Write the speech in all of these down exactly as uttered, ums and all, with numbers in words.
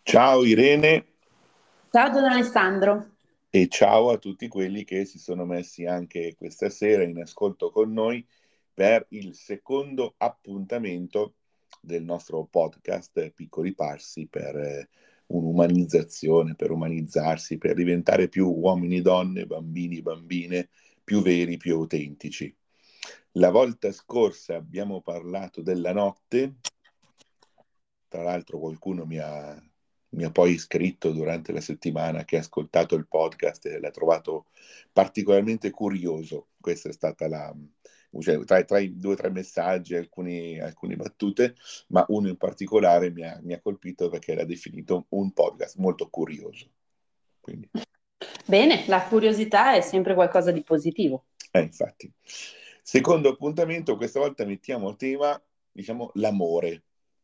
Ciao Irene Ciao Don Alessandro. e ciao a tutti quelli che si sono messi anche questa sera in ascolto con noi per il secondo appuntamento del nostro podcast eh, Piccoli Passi per eh, un'umanizzazione, per umanizzarsi, per diventare più uomini, donne, bambini, bambine, più veri, più autentici. La volta scorsa abbiamo parlato della notte. Tra l'altro qualcuno mi ha, mi ha poi scritto durante la settimana che ha ascoltato il podcast e l'ha trovato particolarmente curioso. Questa è stata la, cioè, tra, tra i due o tre messaggi, alcuni, alcune battute, ma uno in particolare mi ha, mi ha colpito perché l'ha definito un podcast molto curioso. Quindi, Bene, la curiosità è sempre qualcosa di positivo. eh, infatti. Secondo appuntamento, questa volta mettiamo a tema, diciamo, l'amore,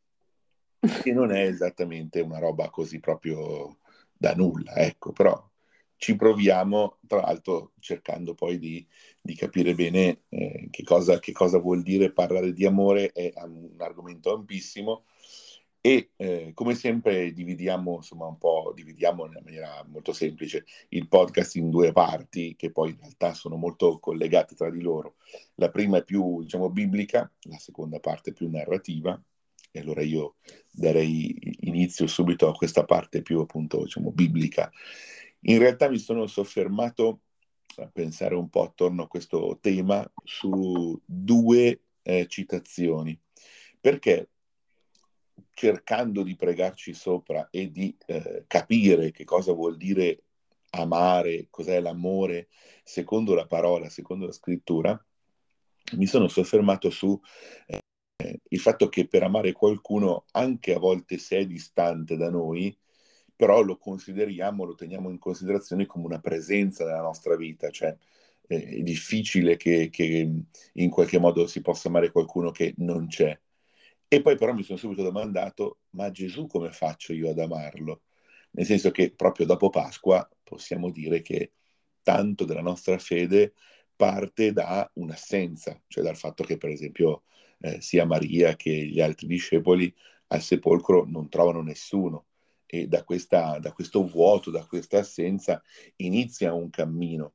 che non è esattamente una roba così proprio da nulla, ecco, però ci proviamo, tra l'altro cercando poi di, di capire bene eh, che cosa, che cosa vuol dire parlare di amore, è un argomento ampissimo e eh, come sempre dividiamo, insomma, un po', dividiamo in maniera molto semplice il podcast in due parti che poi in realtà sono molto collegate tra di loro. La prima è più, diciamo, biblica, la seconda parte è più narrativa. E allora io darei inizio subito a questa parte più appunto, diciamo, biblica. In realtà mi sono soffermato a pensare un po' attorno a questo tema su due eh, citazioni, perché cercando di pregarci sopra e di eh, capire che cosa vuol dire amare, cos'è l'amore, secondo la parola, secondo la scrittura, mi sono soffermato su eh, il fatto che per amare qualcuno, anche a volte se è distante da noi, però lo consideriamo, lo teniamo in considerazione come una presenza nella nostra vita, cioè eh, è difficile che, che in qualche modo si possa amare qualcuno che non c'è. E poi però mi sono subito domandato, ma Gesù come faccio io ad amarlo? Nel senso che proprio dopo Pasqua possiamo dire che tanto della nostra fede parte da un'assenza, cioè dal fatto che per esempio eh, sia Maria che gli altri discepoli al sepolcro non trovano nessuno e da, questa, da questo vuoto, da questa assenza inizia un cammino.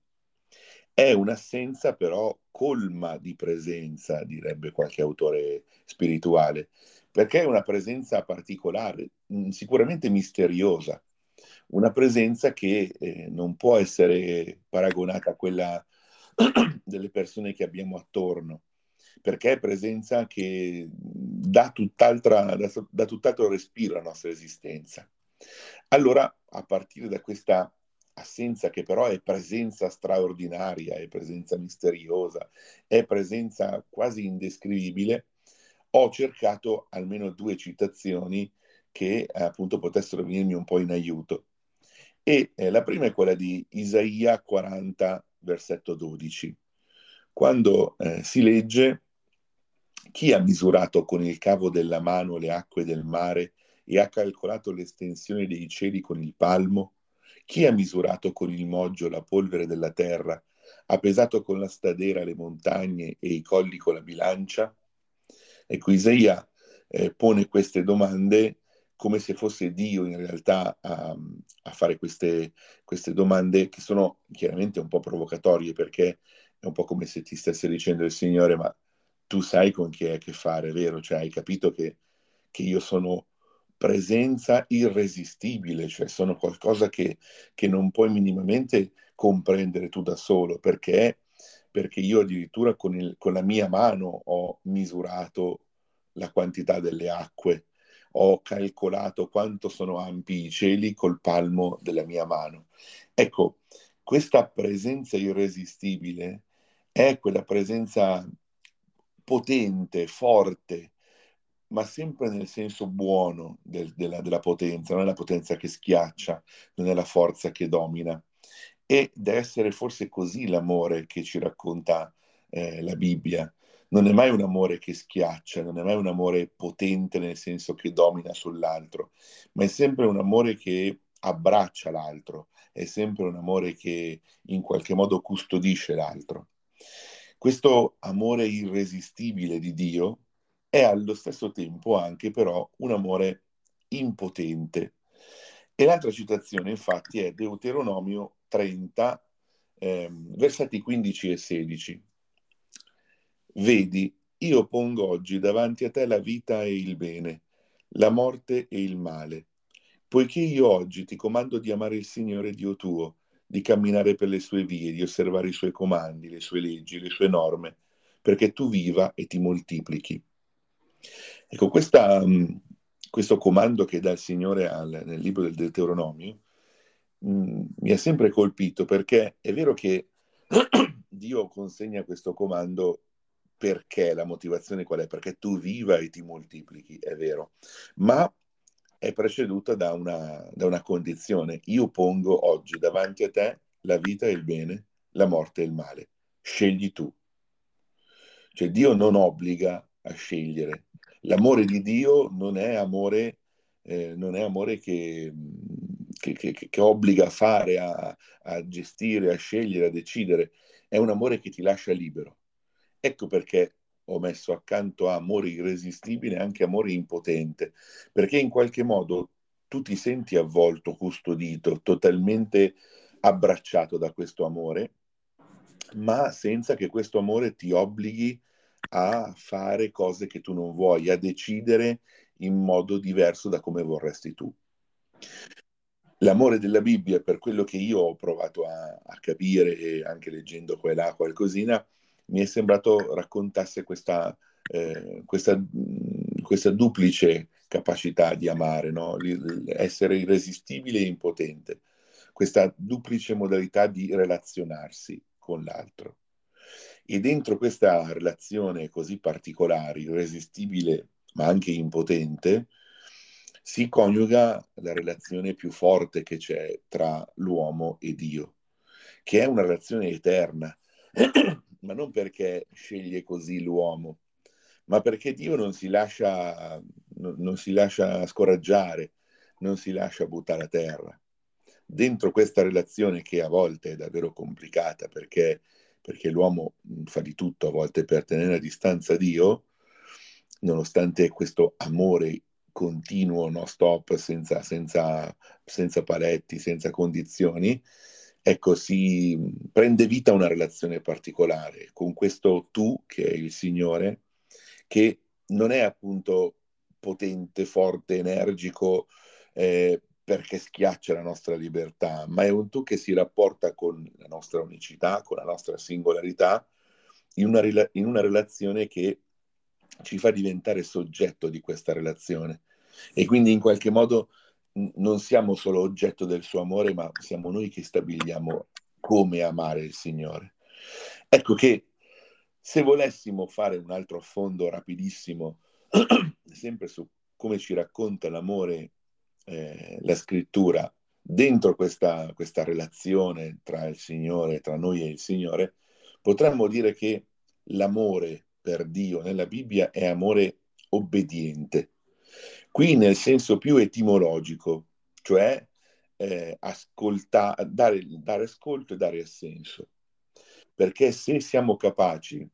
È un'assenza però colma di presenza, direbbe qualche autore spirituale, perché è una presenza particolare, mh, sicuramente misteriosa, una presenza che eh, non può essere paragonata a quella delle persone che abbiamo attorno, perché è presenza che dà tutt'altra, dà, dà tutt'altro respiro alla nostra esistenza. Allora, a partire da questa assenza che però è presenza straordinaria, è presenza misteriosa, è presenza quasi indescrivibile, ho cercato almeno due citazioni che eh, appunto potessero venirmi un po' in aiuto. E eh, la prima è quella di Isaia quaranta, versetto dodici, quando eh, si legge: chi ha misurato con il cavo della mano le acque del mare e ha calcolato l'estensione dei cieli con il palmo? Chi ha misurato con il moggio la polvere della terra, ha pesato con la stadera le montagne e i colli con la bilancia? Ecco, Isaia eh, pone queste domande come se fosse Dio in realtà a, a fare queste, queste domande che sono chiaramente un po' provocatorie, perché è un po' come se ti stesse dicendo il Signore, ma tu sai con chi hai a che fare, vero? Cioè hai capito che, che io sono presenza irresistibile, cioè sono qualcosa che, che non puoi minimamente comprendere tu da solo, perché, perché io addirittura con, il, con la mia mano ho misurato la quantità delle acque, ho calcolato quanto sono ampi i cieli col palmo della mia mano. Ecco, questa presenza irresistibile è quella presenza potente, forte, ma sempre nel senso buono del- della, della potenza, non è la potenza che schiaccia, non è la forza che domina. E deve essere forse così l'amore che ci racconta eh, la Bibbia. Non è mai un amore che schiaccia, non è mai un amore potente nel senso che domina sull'altro, ma è sempre un amore che abbraccia l'altro, è sempre un amore che in qualche modo custodisce l'altro. Questo amore irresistibile di Dio è allo stesso tempo anche però un amore impotente, E l'altra citazione, infatti, è Deuteronomio trenta, ehm, versetti quindici e sedici. Vedi, io pongo oggi davanti a te la vita e il bene, la morte e il male. Poiché io oggi ti comando di amare il Signore Dio tuo, di camminare per le sue vie, di osservare i suoi comandi, le sue leggi, le sue norme, perché tu viva e ti moltiplichi. Ecco, questa, mh, questo comando che dà il Signore al, nel libro del Deuteronomio mh, mi ha sempre colpito, perché è vero che Dio consegna questo comando perché la motivazione qual è? Perché tu viva e ti moltiplichi, è vero, ma è preceduta da una, da una condizione. Io pongo oggi davanti a te la vita e il bene, la morte e il male. Scegli tu. Cioè Dio non obbliga a scegliere. L'amore di Dio non è amore, eh, non è amore che, che, che, che obbliga a fare, a, a gestire, a scegliere, a decidere. È un amore che ti lascia libero. Ecco perché ho messo accanto a amore irresistibile anche amore impotente, perché in qualche modo tu ti senti avvolto, custodito, totalmente abbracciato da questo amore, ma senza che questo amore ti obblighi a fare cose che tu non vuoi, a decidere in modo diverso da come vorresti tu. L'amore della Bibbia, per quello che io ho provato a, a capire, e anche leggendo qua e là qualcosina, mi è sembrato raccontasse questa, eh, questa, mh, questa duplice capacità di amare, no? L- essere irresistibile e impotente, questa duplice modalità di relazionarsi con l'altro. E dentro questa relazione così particolare, irresistibile ma anche impotente, si coniuga la relazione più forte che c'è tra l'uomo e Dio, che è una relazione eterna, ma non perché sceglie così l'uomo, ma perché Dio non si lascia, non, non si lascia scoraggiare, non si lascia buttare a terra. Dentro questa relazione che a volte è davvero complicata perché, perché l'uomo fa di tutto a volte per tenere a distanza Dio, nonostante questo amore continuo, no stop, senza, senza, senza paletti, senza condizioni, ecco, si prende vita una relazione particolare con questo tu, che è il Signore, che non è appunto potente, forte, energico, eh, perché schiaccia la nostra libertà, ma è un tu che si rapporta con la nostra unicità, con la nostra singolarità, in una, rela- in una relazione che ci fa diventare soggetto di questa relazione. E quindi in qualche modo n- non siamo solo oggetto del suo amore, ma siamo noi che stabiliamo come amare il Signore. Ecco che se volessimo fare un altro affondo rapidissimo, sempre su come ci racconta l'amore, eh, la scrittura, dentro questa, questa relazione tra il Signore, tra noi e il Signore, potremmo dire che l'amore per Dio nella Bibbia è amore obbediente. Qui nel senso più etimologico, cioè eh, ascolta, dare, dare ascolto e dare assenso. Perché se siamo capaci,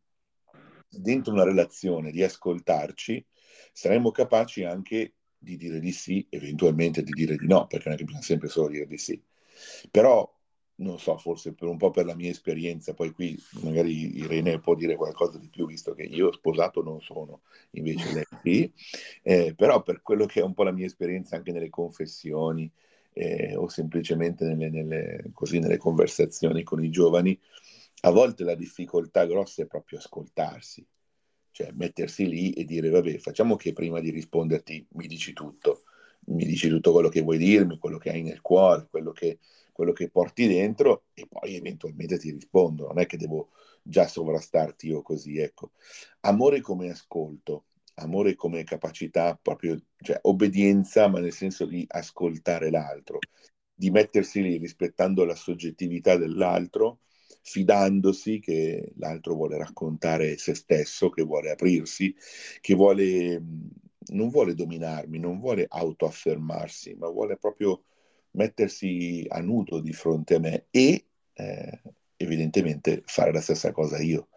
dentro una relazione, di ascoltarci, saremmo capaci anche di dire di sì, eventualmente di dire di no, perché non è che bisogna sempre solo dire di sì. Però, non so, forse per un po' per la mia esperienza, poi qui magari Irene può dire qualcosa di più, visto che io sposato non sono, invece lei sì, eh, però per quello che è un po' la mia esperienza anche nelle confessioni, eh, o semplicemente nelle, nelle, così, nelle conversazioni con i giovani, a volte la difficoltà grossa è proprio ascoltarsi, cioè mettersi lì e dire, vabbè, facciamo che prima di risponderti mi dici tutto, mi dici tutto quello che vuoi dirmi, quello che hai nel cuore, quello che, quello che porti dentro e poi eventualmente ti rispondo, non è che devo già sovrastarti io così, ecco. Amore come ascolto, amore come capacità proprio, cioè obbedienza, ma nel senso di ascoltare l'altro, di mettersi lì rispettando la soggettività dell'altro, fidandosi che l'altro vuole raccontare se stesso, che vuole aprirsi, che vuole, non vuole dominarmi, non vuole autoaffermarsi, ma vuole proprio mettersi a nudo di fronte a me e eh, evidentemente fare la stessa cosa io.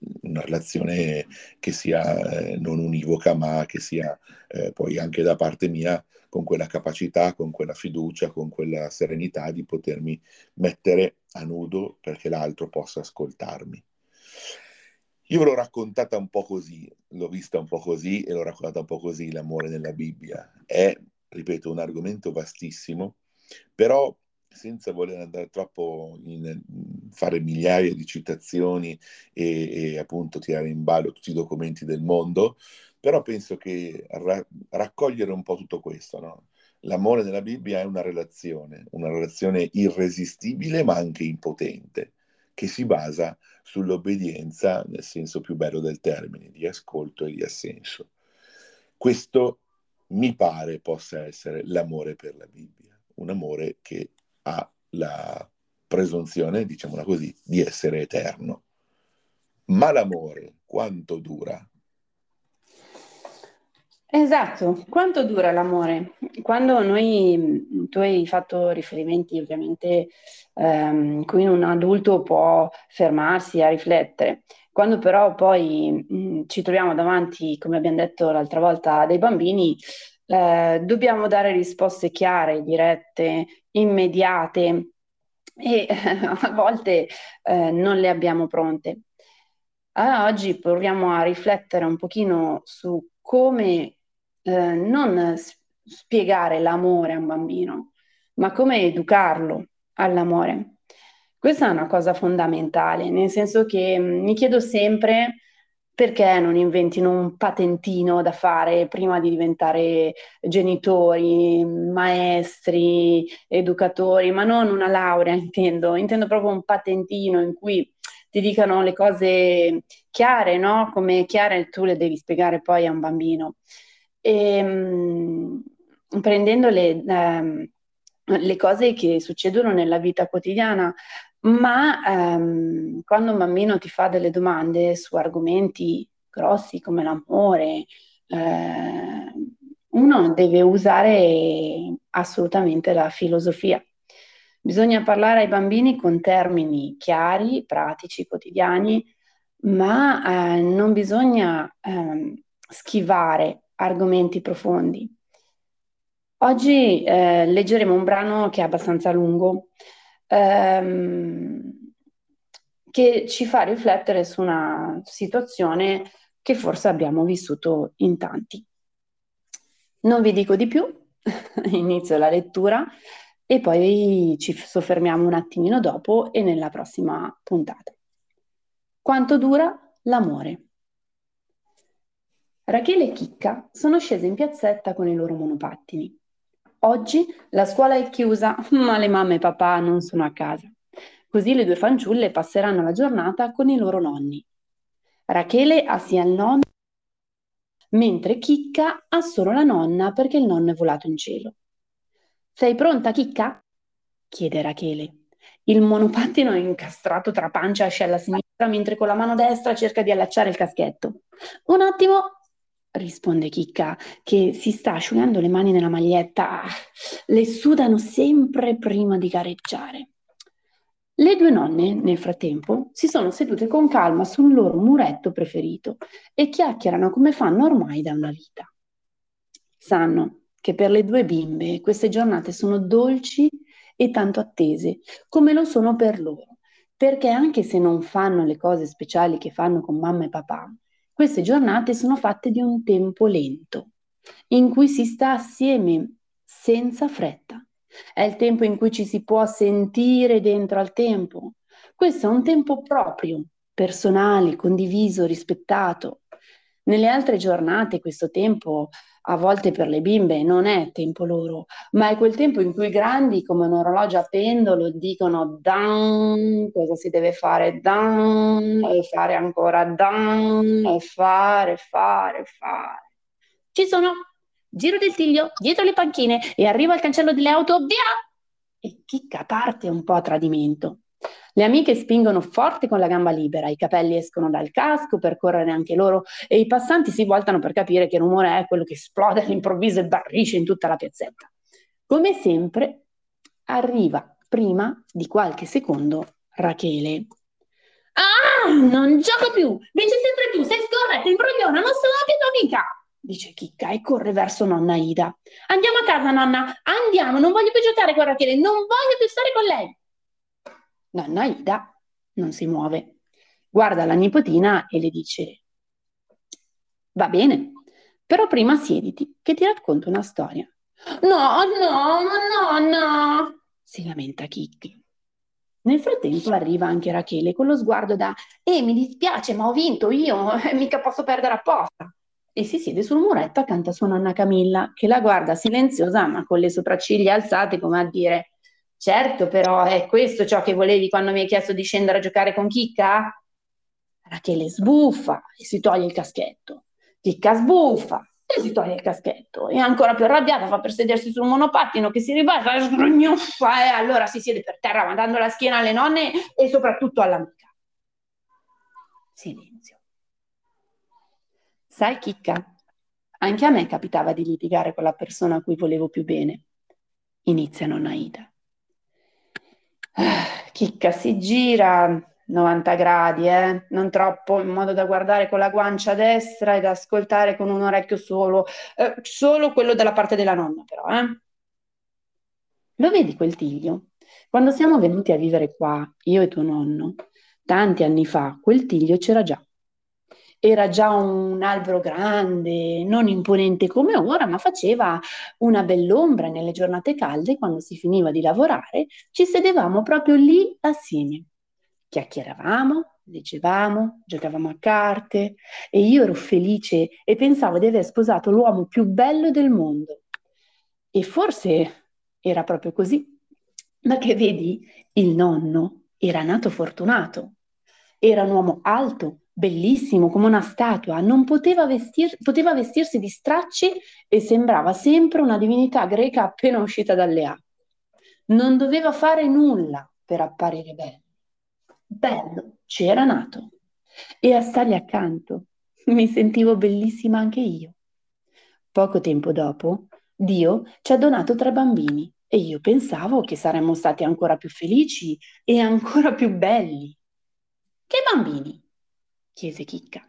una relazione che sia eh, non univoca, ma che sia eh, poi anche da parte mia con quella capacità, con quella fiducia, con quella serenità di potermi mettere a nudo perché l'altro possa ascoltarmi. Io l'ho raccontata un po' così, l'ho vista un po' così e l'ho raccontata un po' così l'amore nella Bibbia. È, ripeto, un argomento vastissimo, però senza voler andare troppo in fare migliaia di citazioni e, e appunto tirare in ballo tutti i documenti del mondo, però penso che ra- raccogliere un po' tutto questo, no? L'amore nella Bibbia è una relazione, una relazione irresistibile ma anche impotente, che si basa sull'obbedienza nel senso più bello del termine, di ascolto e di assenso. Questo mi pare possa essere l'amore per la Bibbia, un amore che ha la presunzione, diciamola così, di essere eterno. Ma l'amore quanto dura? Esatto, quanto dura l'amore? Quando noi, tu hai fatto riferimenti ovviamente ehm, in cui un adulto può fermarsi a riflettere, quando però poi mh, ci troviamo davanti, come abbiamo detto l'altra volta, a dei bambini, eh, dobbiamo dare risposte chiare, dirette, immediate e a volte eh, non le abbiamo pronte. Allora, oggi proviamo a riflettere un pochino su come eh, non s- spiegare l'amore a un bambino, ma come educarlo all'amore. Questa è una cosa fondamentale, nel senso che mh, mi chiedo sempre perché non inventino un patentino da fare prima di diventare genitori, maestri, educatori, ma non una laurea, intendo, intendo proprio un patentino in cui ti dicano le cose chiare, no? Come chiare tu le devi spiegare poi a un bambino. E, mh, prendendo le, ehm, le cose che succedono nella vita quotidiana, ma ehm, quando un bambino ti fa delle domande su argomenti grossi come l'amore, eh, uno deve usare assolutamente la filosofia. Bisogna parlare ai bambini con termini chiari, pratici, quotidiani, ma eh, non bisogna ehm, schivare argomenti profondi. Oggi eh, leggeremo un brano che è abbastanza lungo, ehm, che ci fa riflettere su una situazione che forse abbiamo vissuto in tanti. Non vi dico di più, inizio la lettura e poi ci soffermiamo un attimino dopo e nella prossima puntata. Quanto dura l'amore? Rachele e Chicca sono scese in piazzetta con i loro monopattini. Oggi la scuola è chiusa, ma le mamme e papà non sono a casa. Così le due fanciulle passeranno la giornata con i loro nonni. Rachele ha sia il nonno, mentre Chicca ha solo la nonna perché il nonno è volato in cielo. Sei pronta, Chicca? Chiede Rachele. Il monopattino è incastrato tra pancia e ascella sinistra, mentre con la mano destra cerca di allacciare il caschetto. Un attimo, risponde Chicca, che si sta asciugando le mani nella maglietta. Ah, le sudano sempre prima di gareggiare. Le due nonne, nel frattempo, si sono sedute con calma sul loro muretto preferito e chiacchierano come fanno ormai da una vita. Sanno che per le due bimbe queste giornate sono dolci e tanto attese, come lo sono per loro, perché anche se non fanno le cose speciali che fanno con mamma e papà, queste giornate sono fatte di un tempo lento, in cui si sta assieme senza fretta. È il tempo in cui ci si può sentire dentro al tempo. Questo è un tempo proprio, personale, condiviso, rispettato. Nelle altre giornate questo tempo a volte per le bimbe non è tempo loro, ma è quel tempo in cui i grandi, come un orologio a pendolo, dicono dan, cosa si deve fare, dan, e fare ancora dan, e fare, fare, fare. Ci sono, giro del Tiglio, dietro le panchine, e arrivo al cancello delle auto, via! E Chicca parte un po' a tradimento. Le amiche spingono forte con la gamba libera, i capelli escono dal casco per correre anche loro e i passanti si voltano per capire che rumore è quello che esplode all'improvviso e barrisce in tutta la piazzetta. Come sempre, arriva prima di qualche secondo Rachele. Non gioco più, vinci sempre tu, sei scorretta, imbrogliona, non sono più tua amica, dice Chicca e corre verso nonna Ida. Andiamo a casa, nonna, andiamo, non voglio più giocare con Rachele, non voglio più stare con lei. Nonna Ida non si muove, guarda la nipotina e le dice: va bene, però prima siediti, che ti racconto una storia. No, no, no, no, si lamenta Chicchi. Nel frattempo arriva anche Rachele con lo sguardo da «Eh, mi dispiace, ma ho vinto io, eh, mica posso perdere apposta». E si siede sul muretto accanto a sua nonna Camilla, che la guarda silenziosa ma con le sopracciglia alzate come a dire «Certo, però è questo ciò che volevi quando mi hai chiesto di scendere a giocare con Chicca?» Rachele sbuffa e si toglie il caschetto. Chicca sbuffa e si toglie il caschetto. E ancora più arrabbiata fa per sedersi sul monopattino che si ribalta e sgrugnofa e allora si siede per terra mandando la schiena alle nonne e soprattutto all'amica. Silenzio. Sai, Chicca, anche a me capitava di litigare con la persona a cui volevo più bene. Inizia nonna Ida. Chicca si gira novanta gradi, eh? Non troppo, in modo da guardare con la guancia destra ed ascoltare con un orecchio solo, eh, solo quello dalla parte della nonna, però, eh? Lo vedi quel tiglio? Quando siamo venuti a vivere qua, io e tuo nonno, tanti anni fa, quel tiglio c'era già. Era già un albero grande, non imponente come ora, ma faceva una bell'ombra nelle giornate calde, quando si finiva di lavorare, ci sedevamo proprio lì assieme. Chiacchieravamo, leggevamo, giocavamo a carte e io ero felice e pensavo di aver sposato l'uomo più bello del mondo. E forse era proprio così. Ma che vedi, il nonno era nato fortunato. Era un uomo alto, bellissimo, come una statua, non poteva, vestir- poteva vestirsi di stracci e sembrava sempre una divinità greca appena uscita dalle acque. Non doveva fare nulla per apparire bello. Bello, c'era nato. E a stargli accanto mi sentivo bellissima anche io. Poco tempo dopo, Dio ci ha donato tre bambini e io pensavo che saremmo stati ancora più felici e ancora più belli. Che bambini? Chiese Chicca.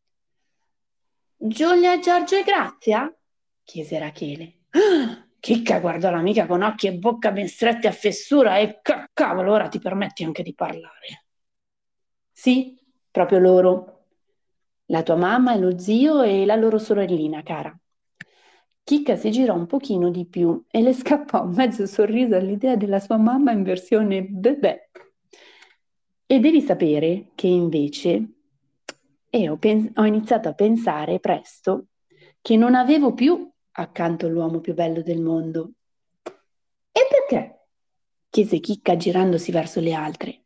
Giulia, Giorgio e Grazia? Chiese Rachele. Ah, Chicca guardò l'amica con occhi e bocca ben stretti a fessura e cavolo, ora ti permetti anche di parlare. Sì, proprio loro. La tua mamma e lo zio e la loro sorellina, cara. Chicca si girò un pochino di più e le scappò un mezzo sorriso all'idea della sua mamma in versione bebè. E devi sapere che invece e ho, pens- ho iniziato a pensare presto che non avevo più accanto l'uomo più bello del mondo. E perché? Chiese Chicca girandosi verso le altre.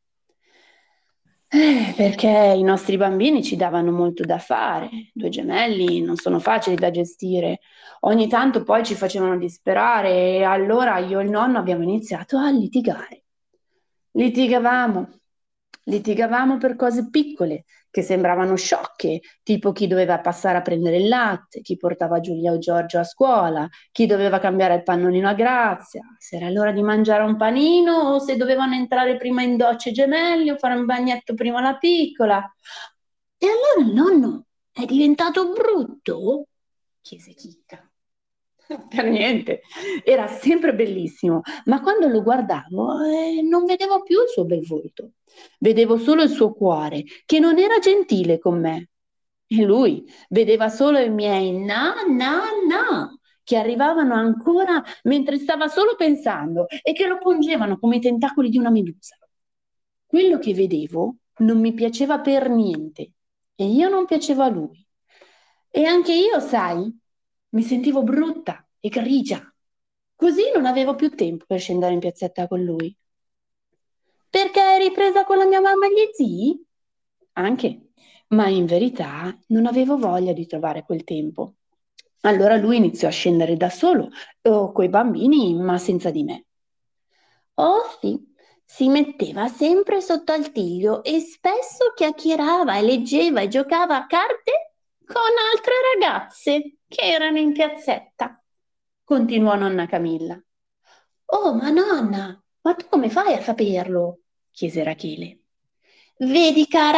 Eh, perché i nostri bambini ci davano molto da fare, due gemelli non sono facili da gestire, ogni tanto poi ci facevano disperare e allora io e il nonno abbiamo iniziato a litigare. Litigavamo, litigavamo per cose piccole che sembravano sciocche, tipo chi doveva passare a prendere il latte, chi portava Giulia o Giorgio a scuola, chi doveva cambiare il pannolino a Grazia, se era l'ora di mangiare un panino o se dovevano entrare prima in doccia i gemelli o fare un bagnetto prima la piccola. E allora il nonno è diventato brutto? Chiese Chicca. Per niente, era sempre bellissimo, ma quando lo guardavo eh, non vedevo più il suo bel volto, vedevo solo il suo cuore, che non era gentile con me. E lui vedeva solo i miei no, no, no, che arrivavano ancora mentre stava solo pensando e che lo pungevano come i tentacoli di una medusa. Quello che vedevo non mi piaceva per niente e io non piacevo a lui. E anche io, sai, mi sentivo brutta e grigia. Così non avevo più tempo per scendere in piazzetta con lui. Perché eri presa con la mia mamma e gli zii? Anche, ma in verità non avevo voglia di trovare quel tempo. Allora lui iniziò a scendere da solo, o coi bambini, ma senza di me. Oh sì, si metteva sempre sotto al tiglio e spesso chiacchierava e leggeva e giocava a carte con altre ragazze che erano in piazzetta, continuò nonna Camilla. Oh, ma nonna, ma tu come fai a saperlo? Chiese Rachele. Vedi, cara,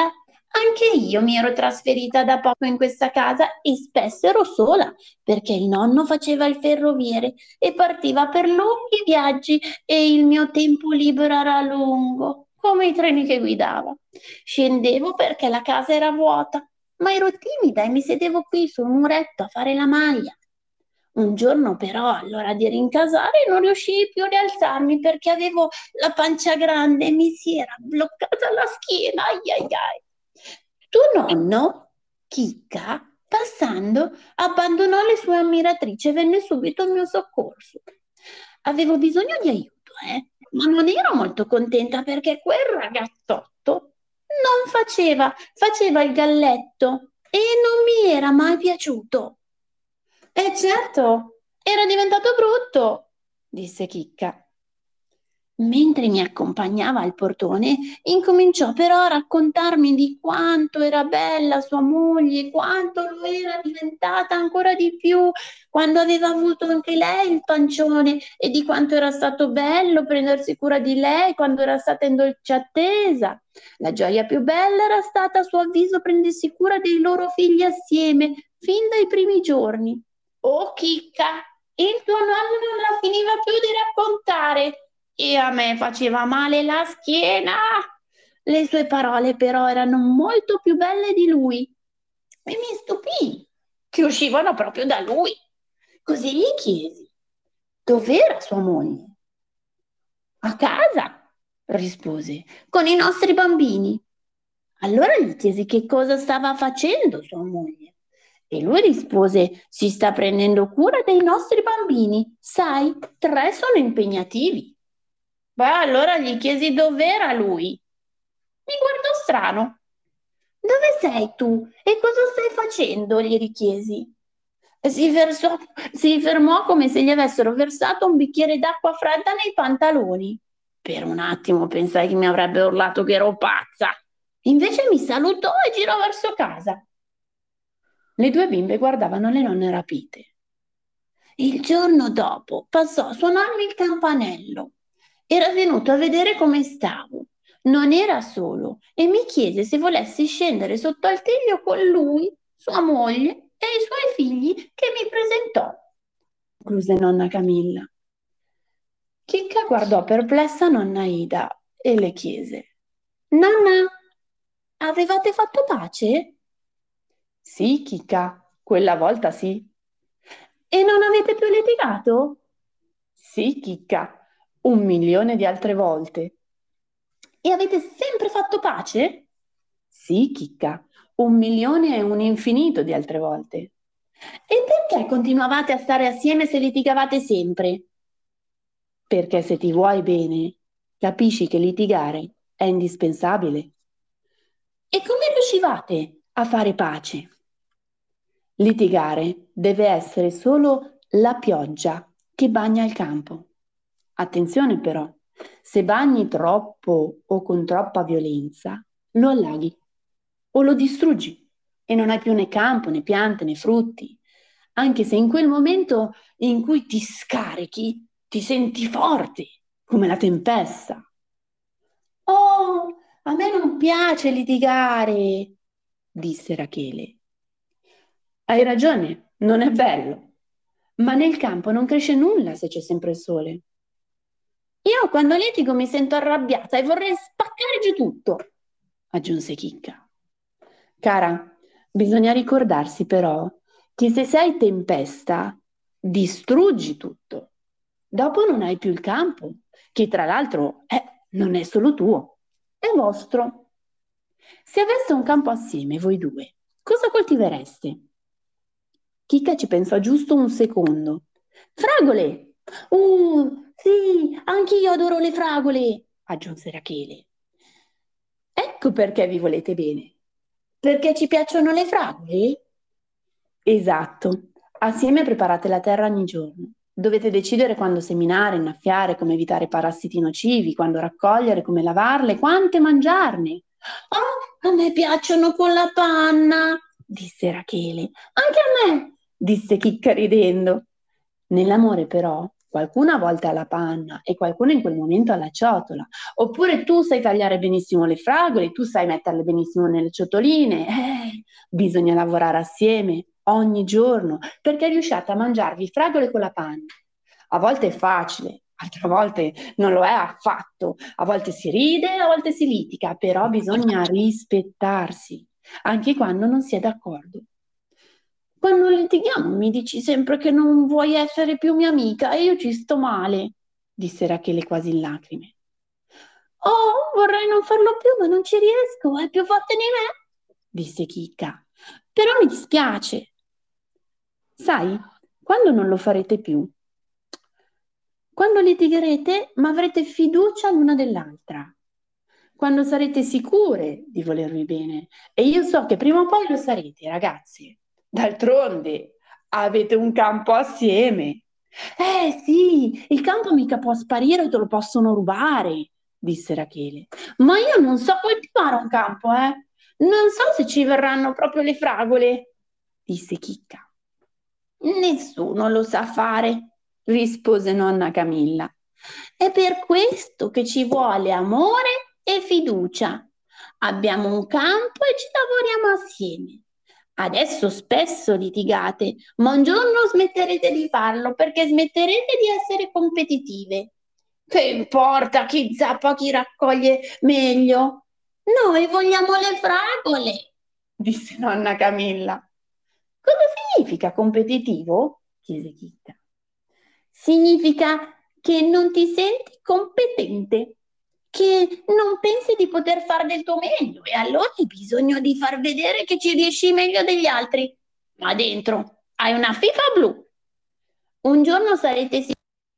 Anche io mi ero trasferita da poco in questa casa e spesso ero sola perché il nonno faceva il ferroviere e partiva per lunghi viaggi e il mio tempo libero era lungo, come i treni che guidava. Scendevo perché la casa era vuota, ma ero timida e mi sedevo qui sul muretto a fare la maglia. Un giorno però, all'ora di rincasare, non riuscii più a rialzarmi perché avevo la pancia grande e mi si era bloccata la schiena. Ai ai ai. Tuo nonno, Chicca, passando, abbandonò le sue ammiratrici e venne subito in mio soccorso. Avevo bisogno di aiuto, eh, ma non ero molto contenta perché quel ragazzotto non faceva, faceva il galletto e non mi era mai piaciuto. Eh certo, era diventato brutto, disse Chicca. Mentre mi accompagnava al portone, incominciò però a raccontarmi di quanto era bella sua moglie, quanto lo era diventata ancora di più quando aveva avuto anche lei il pancione e di quanto era stato bello prendersi cura di lei quando era stata in dolce attesa. La gioia più bella era stata, a suo avviso, prendersi cura dei loro figli assieme fin dai primi giorni. Oh, Chicca, il tuo nonno non la finiva più di raccontare e a me faceva male la schiena. Le sue parole però erano molto più belle di lui e mi stupì che uscivano proprio da lui. Così gli chiesi, dov'era sua moglie? A casa, rispose, con i nostri bambini. Allora gli chiesi che cosa stava facendo sua moglie. E lui rispose, si sta prendendo cura dei nostri bambini. Sai, tre sono impegnativi. Beh, allora gli chiesi dov'era lui. Mi guardò strano. Dove sei tu? E cosa stai facendo? Gli richiesi. Si, versò, si fermò come se gli avessero versato un bicchiere d'acqua fredda nei pantaloni. Per un attimo pensai che mi avrebbe urlato che ero pazza. Invece mi salutò e girò verso casa. Le due bimbe guardavano le nonne rapite. Il giorno dopo passò a suonarmi il campanello. Era venuto a vedere come stavo. Non era solo e mi chiese se volessi scendere sotto al Tiglio con lui, sua moglie e i suoi figli che mi presentò, concluse nonna Camilla. Chicca guardò perplessa nonna Ida e le chiese: Nonna, avevate fatto pace? Sì, Chicca, quella volta sì. E non avete più litigato? Sì, Chicca, un milione di altre volte. E avete sempre fatto pace? Sì, Chicca, un milione e un infinito di altre volte. E perché continuavate a stare assieme se litigavate sempre? Perché se ti vuoi bene, capisci che litigare è indispensabile. E come riuscivate a fare pace? Litigare deve essere solo la pioggia che bagna il campo. Attenzione però, se bagni troppo o con troppa violenza, lo allaghi o lo distruggi e non hai più né campo, né piante, né frutti. Anche se in quel momento in cui ti scarichi, ti senti forte, come la tempesta. Oh, a me non piace litigare, disse Rachele. Hai ragione, non è bello, ma nel campo non cresce nulla se c'è sempre il sole. Io quando litigo mi sento arrabbiata e vorrei spaccare giù tutto, aggiunse Chicca. Cara, bisogna ricordarsi però che se sei tempesta, distruggi tutto. Dopo non hai più il campo, che tra l'altro eh, non è solo tuo, è vostro. Se aveste un campo assieme, voi due, cosa coltivereste? Chicca ci pensò giusto un secondo. Fragole! Uh, sì, anch'io adoro le fragole, aggiunse Rachele. Ecco perché vi volete bene. Perché ci piacciono le fragole? Esatto. Assieme preparate la terra ogni giorno. Dovete decidere quando seminare, innaffiare, come evitare parassiti nocivi, quando raccogliere, come lavarle, quante mangiarne. Oh, a me piacciono con la panna, disse Rachele. Anche a me, disse Chicca ridendo. Nell'amore però qualcuno a volte ha la panna e qualcuno in quel momento ha la ciotola. Oppure tu sai tagliare benissimo le fragole, tu sai metterle benissimo nelle ciotoline. Eh, bisogna lavorare assieme ogni giorno perché riusciate a mangiarvi fragole con la panna. A volte è facile, altre volte non lo è affatto. A volte si ride, a volte si litiga, però bisogna rispettarsi, anche quando non si è d'accordo. Quando litighiamo mi dici sempre che non vuoi essere più mia amica e io ci sto male, disse Rachele quasi in lacrime. Oh, vorrei non farlo più, ma non ci riesco, è più forte di me, disse Chicca. Però mi dispiace. Sai, quando non lo farete più, quando litigherete, ma avrete fiducia l'una dell'altra. Quando sarete sicure di volervi bene. E io so che prima o poi lo sarete, ragazzi. D'altronde avete un campo assieme. Eh sì, il campo mica può sparire o te lo possono rubare, disse Rachele. Ma io non so coltivare un campo, eh. Non so se ci verranno proprio le fragole, disse Chicca. Nessuno lo sa fare, rispose nonna Camilla. È per questo che ci vuole amore e fiducia. Abbiamo un campo e ci lavoriamo assieme. Adesso spesso litigate, ma un giorno smetterete di farlo perché smetterete di essere competitive. Che importa chi zappa, chi raccoglie meglio? Noi vogliamo le fragole, disse nonna Camilla. Cosa significa competitivo? Chiese Chicca. Significa che non ti senti competente, che non pensi di poter fare del tuo meglio e allora hai bisogno di far vedere che ci riesci meglio degli altri. Ma dentro hai una FIFA blu. Un giorno sarete sicuri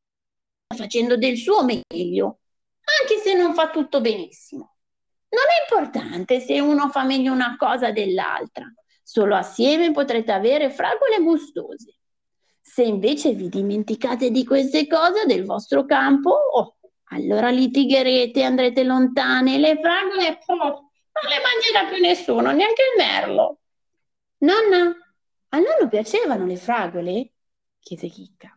facendo del suo meglio, anche se non fa tutto benissimo. Non è importante se uno fa meglio una cosa dell'altra, solo assieme potrete avere fragole gustose. Se invece vi dimenticate di queste cose del vostro campo, oh, allora litigherete e andrete lontane. Le fragole oh, non le mangerà più nessuno, neanche il merlo. Nonna, a nonno piacevano le fragole? Chiese Chicca.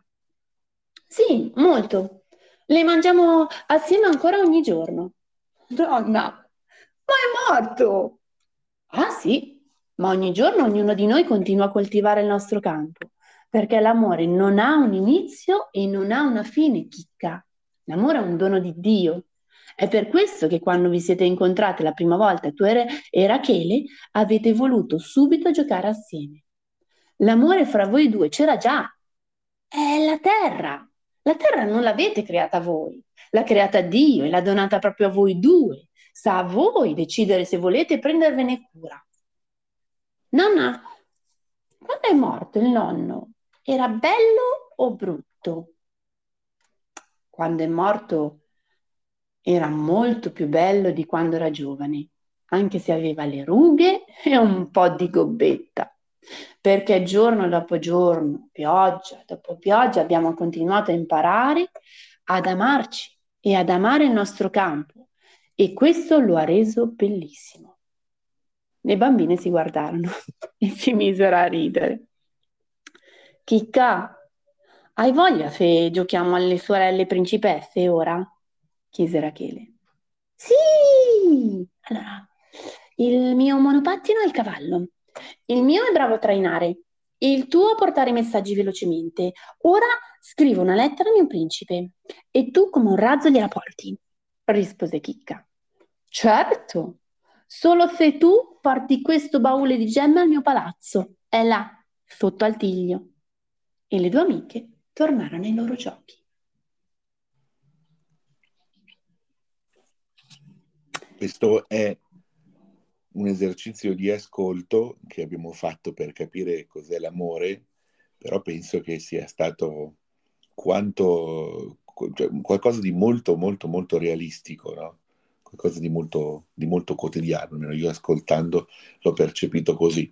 Sì, molto. Le mangiamo assieme ancora ogni giorno. Nonna, ma è morto! Ah sì, ma ogni giorno ognuno di noi continua a coltivare il nostro campo, perché l'amore non ha un inizio e non ha una fine, Chicca. L'amore è un dono di Dio. È per questo che quando vi siete incontrate la prima volta, tu e e Rachele, avete voluto subito giocare assieme. L'amore fra voi due c'era già. È la terra. La terra non l'avete creata voi, l'ha creata Dio e l'ha donata proprio a voi due. Sta a voi decidere se volete prendervene cura. Nonna, quando è morto il nonno, era bello o brutto? Quando è morto era molto più bello di quando era giovane, anche se aveva le rughe e un po' di gobbetta. Perché giorno dopo giorno, pioggia dopo pioggia, abbiamo continuato a imparare ad amarci e ad amare il nostro campo e questo lo ha reso bellissimo. Le bambine si guardarono e si misero a ridere. Chicca, hai voglia se giochiamo alle sorelle principesse ora? Chiese Rachele. Sì! Allora, il mio monopattino è il cavallo. Il mio è bravo a trainare, il tuo a portare i messaggi velocemente. Ora scrivo una lettera al mio principe e tu come un razzo gliela porti, rispose Chicca. Certo, solo se tu porti questo baule di gemme al mio palazzo, è là, sotto al Tiglio. E le due amiche tornarono ai loro giochi. Questo è un esercizio di ascolto che abbiamo fatto per capire cos'è l'amore, però penso che sia stato quanto, cioè, qualcosa di molto, molto, molto realistico, no? Qualcosa di molto, di molto quotidiano, almeno io ascoltando l'ho percepito così.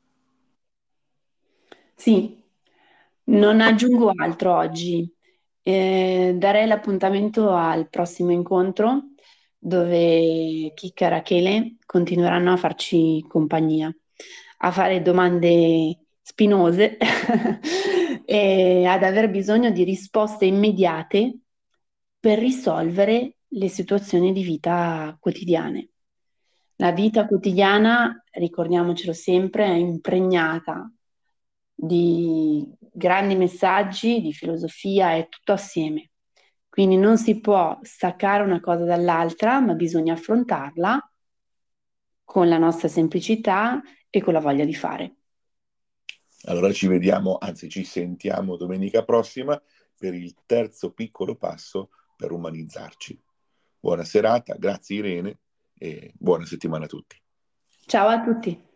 Sì, non aggiungo altro oggi. Eh, darei l'appuntamento al prossimo incontro dove Chicca e Rachele continueranno a farci compagnia, a fare domande spinose e ad aver bisogno di risposte immediate per risolvere le situazioni di vita quotidiane. La vita quotidiana, ricordiamocelo sempre, è impregnata di grandi messaggi, di filosofia, è tutto assieme. Quindi non si può staccare una cosa dall'altra, ma bisogna affrontarla con la nostra semplicità e con la voglia di fare. Allora ci vediamo, anzi ci sentiamo domenica prossima per il terzo piccolo passo per umanizzarci. Buona serata, grazie Irene e buona settimana a tutti. Ciao a tutti!